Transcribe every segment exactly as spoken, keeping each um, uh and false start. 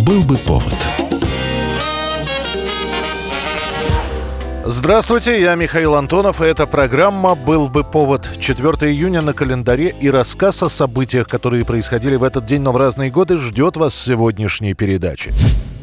Был бы повод. Здравствуйте, я Михаил Антонов, и эта программа «Был бы повод». четвёртого июня на календаре, и рассказ о событиях, которые происходили в этот день, но в разные годы, ждет вас в сегодняшней передаче.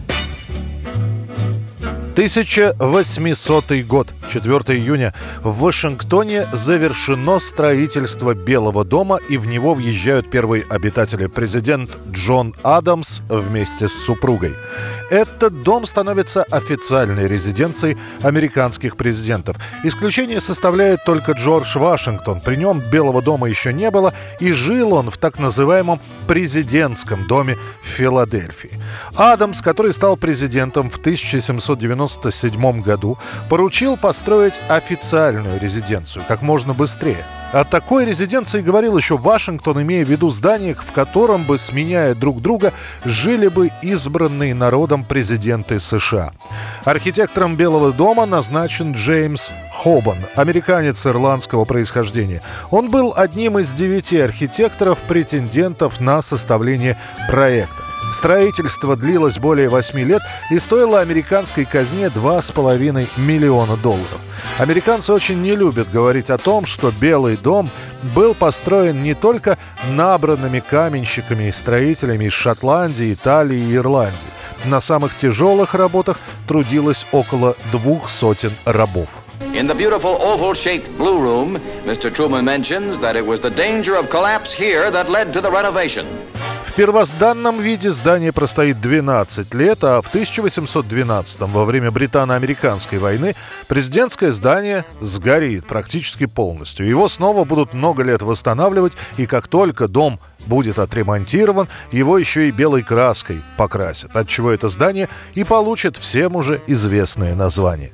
тысяча восьмисотый год, четвёртого июня. В Вашингтоне завершено строительство Белого дома, и в него въезжают первые обитатели. Президент Джон Адамс вместе с супругой. Этот дом становится официальной резиденцией американских президентов. Исключение составляет только Джордж Вашингтон. При нем Белого дома еще не было, и жил он в так называемом президентском доме в Филадельфии. Адамс, который стал президентом в тысяча семьсот девяносто седьмом году, поручил построить официальную резиденцию как можно быстрее. О такой резиденции говорил еще Вашингтон, имея в виду здание, в котором бы, сменяя друг друга, жили бы избранные народом президенты США. Архитектором Белого дома назначен Джеймс Хобан, американец ирландского происхождения. Он был одним из девяти архитекторов-претендентов на составление проекта. Строительство длилось более восьми лет и стоило американской казне два с половиной миллиона долларов. Американцы очень не любят говорить о том, что Белый дом был построен не только набранными каменщиками и строителями из Шотландии, Италии и Ирландии. На самых тяжелых работах трудилось около двух сотен рабов. In the beautiful oval-shaped Blue Room, мистер Truman mentions that it was the danger of collapse here that led to the renovation. В первозданном виде здание простоит двенадцать лет, а в тысяча восемьсот двенадцатом, во время Британо-американской войны, президентское здание сгорит практически полностью. Его снова будут много лет восстанавливать, и как только дом будет отремонтирован, его еще и белой краской покрасят, отчего это здание и получит всем уже известное название.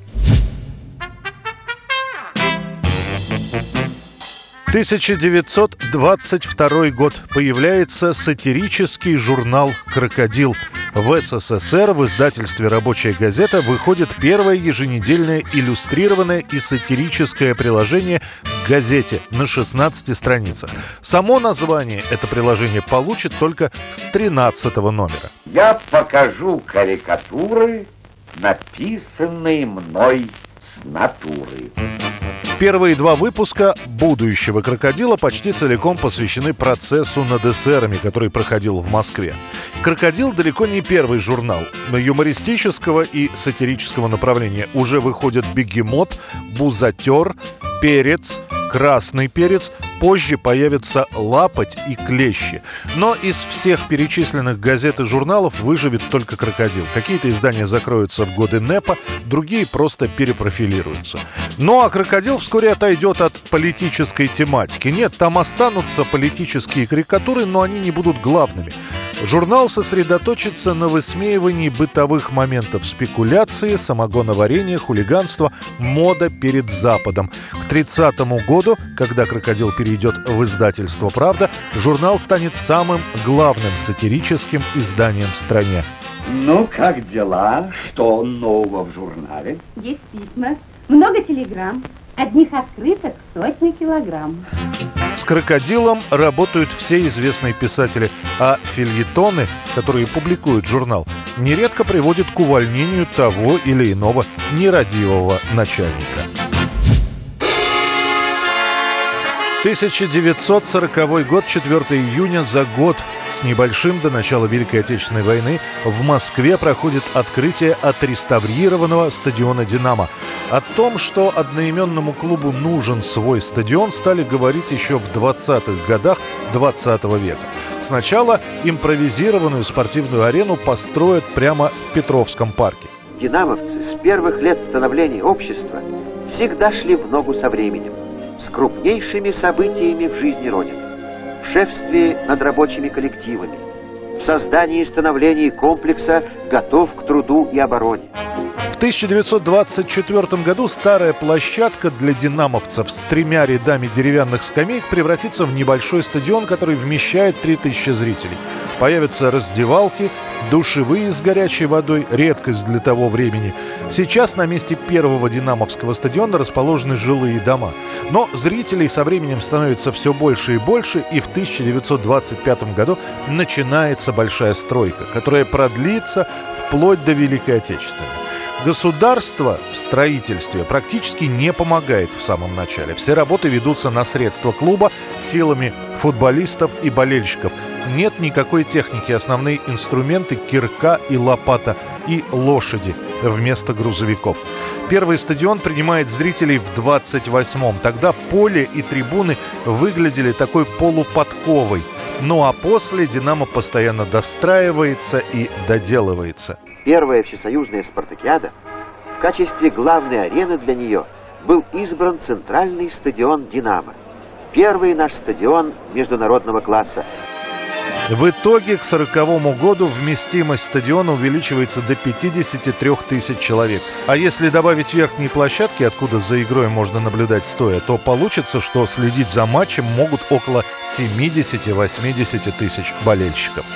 тысяча девятьсот двадцать второй год. Появляется сатирический журнал «Крокодил». В СССР в издательстве «Рабочая газета» выходит первое еженедельное иллюстрированное и сатирическое приложение к газете на шестнадцати страницах. Само название это приложение получит только с тринадцатого номера. Я покажу карикатуры, написанные мной с натуры. Первые два выпуска будущего «Крокодила» почти целиком посвящены процессу над эсерами, который проходил в Москве. «Крокодил» далеко не первый журнал. Юмористического и сатирического направления уже выходят «Бегемот», «Бузатер», «Перец», «Красный перец», позже появятся «Лапоть» и «Клещи». Но из всех перечисленных газет и журналов выживет только «Крокодил». Какие-то издания закроются в годы НЭПа, другие просто перепрофилируются. Ну а «Крокодил» вскоре отойдет от политической тематики. Нет, там останутся политические карикатуры, но они не будут главными. Журнал сосредоточится на высмеивании бытовых моментов спекуляции, самогоноварения, хулиганства, мода перед Западом. К тридцатому году, когда «Крокодил» перейдет в издательство «Правда», журнал станет самым главным сатирическим изданием в стране. Ну, как дела? Что нового в журнале? Есть письма, много телеграмм, одних открыток сотни килограмм. С «Крокодилом» работают все известные писатели, а фельетоны, которые публикует журнал, нередко приводят к увольнению того или иного нерадивого начальника. тысяча девятьсот сороковой год, четвёртого июня, за год с небольшим до начала Великой Отечественной войны в Москве проходит открытие отреставрированного стадиона «Динамо». О том, что одноименному клубу нужен свой стадион, стали говорить еще в двадцатых годах двадцатого века. Сначала импровизированную спортивную арену построят прямо в Петровском парке. Динамовцы с первых лет становления общества всегда шли в ногу со временем, с крупнейшими событиями в жизни Родины, в шефстве над рабочими коллективами, в создании и становлении комплекса «Готов к труду и обороне». В тысяча девятьсот двадцать четвёртом году старая площадка для динамовцев с тремя рядами деревянных скамеек превратится в небольшой стадион, который вмещает три тысячи зрителей. Появятся раздевалки, душевые с горячей водой, редкость для того времени. Сейчас на месте первого динамовского стадиона расположены жилые дома. Но зрителей со временем становится все больше и больше, и в тысяча девятьсот двадцать пятом году начинается большая стройка, которая продлится вплоть до Великой Отечественной. Государство в строительстве практически не помогает в самом начале. Все работы ведутся на средства клуба силами футболистов и болельщиков. Нет никакой техники. Основные инструменты – кирка и лопата, и лошади вместо грузовиков. Первый стадион принимает зрителей в двадцать восьмом. Тогда поле и трибуны выглядели такой полуподковой. Ну а после «Динамо» постоянно достраивается и доделывается. Первая всесоюзная спартакиада, в качестве главной арены для нее был избран центральный стадион «Динамо». Первый наш стадион международного класса. В итоге к сороковому году вместимость стадиона увеличивается до пятидесяти трёх тысяч человек. А если добавить верхние площадки, откуда за игрой можно наблюдать стоя, то получится, что следить за матчем могут около семидесяти-восьмидесяти тысяч болельщиков.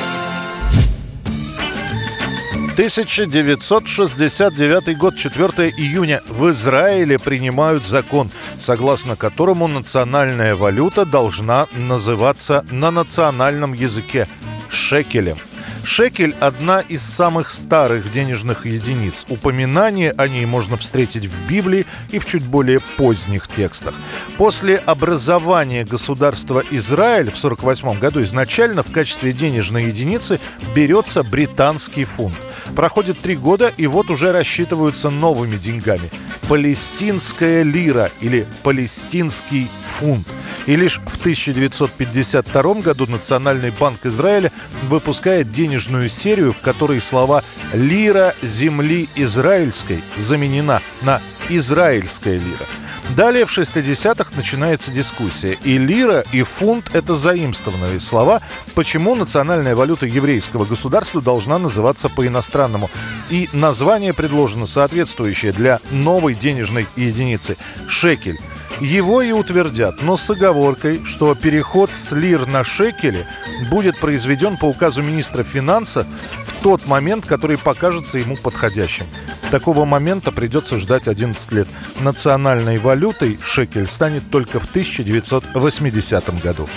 тысяча девятьсот шестьдесят девятый год, четвёртого июня. В Израиле принимают закон, согласно которому национальная валюта должна называться на национальном языке шекелем. Шекель – одна из самых старых денежных единиц. Упоминание о ней можно встретить в Библии и в чуть более поздних текстах. После образования государства Израиль в сорок восьмом году изначально в качестве денежной единицы берется британский фунт. Проходит три года, и вот уже рассчитываются новыми деньгами. Палестинская лира или палестинский фунт. И лишь в тысяча девятьсот пятьдесят втором году Национальный банк Израиля выпускает денежную серию, в которой слова «лира земли израильской» заменена на «израильская лира». Далее в шестидесятых начинается дискуссия. И лира, и фунт – это заимствованные слова. Почему национальная валюта еврейского государства должна называться по-иностранному? И название предложено соответствующее для новой денежной единицы – шекель. Его и утвердят, но с оговоркой, что переход с лир на шекели будет произведен по указу министра финансов в тот момент, который покажется ему подходящим. Такого момента придется ждать одиннадцать лет. Национальной валютой шекель станет только в тысяча девятьсот восьмидесятом году.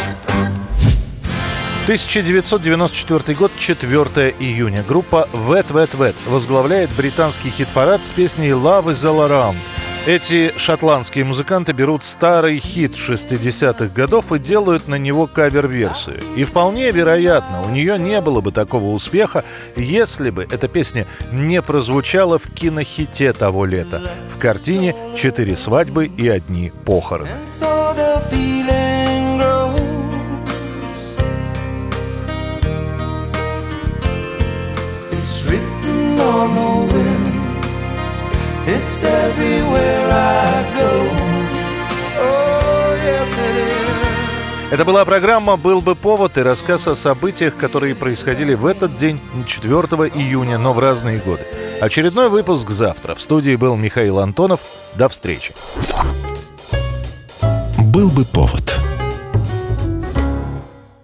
тысяча девятьсот девяносто четвёртый год, четвёртого июня. Группа Wet Wet Wet возглавляет британский хит-парад с песней «Love is all around». Эти шотландские музыканты берут старый хит шестидесятых годов и делают на него кавер-версию. И вполне вероятно, у нее не было бы такого успеха, если бы эта песня не прозвучала в кинохите того лета, в картине «Четыре свадьбы и одни похороны». It's everywhere I go. Oh, yes, it is. Это была программа «Был бы повод» и рассказ о событиях, которые происходили в этот день, четвёртого июня, но в разные годы. Очередной выпуск завтра. В студии был Михаил Антонов. До встречи. «Был бы повод».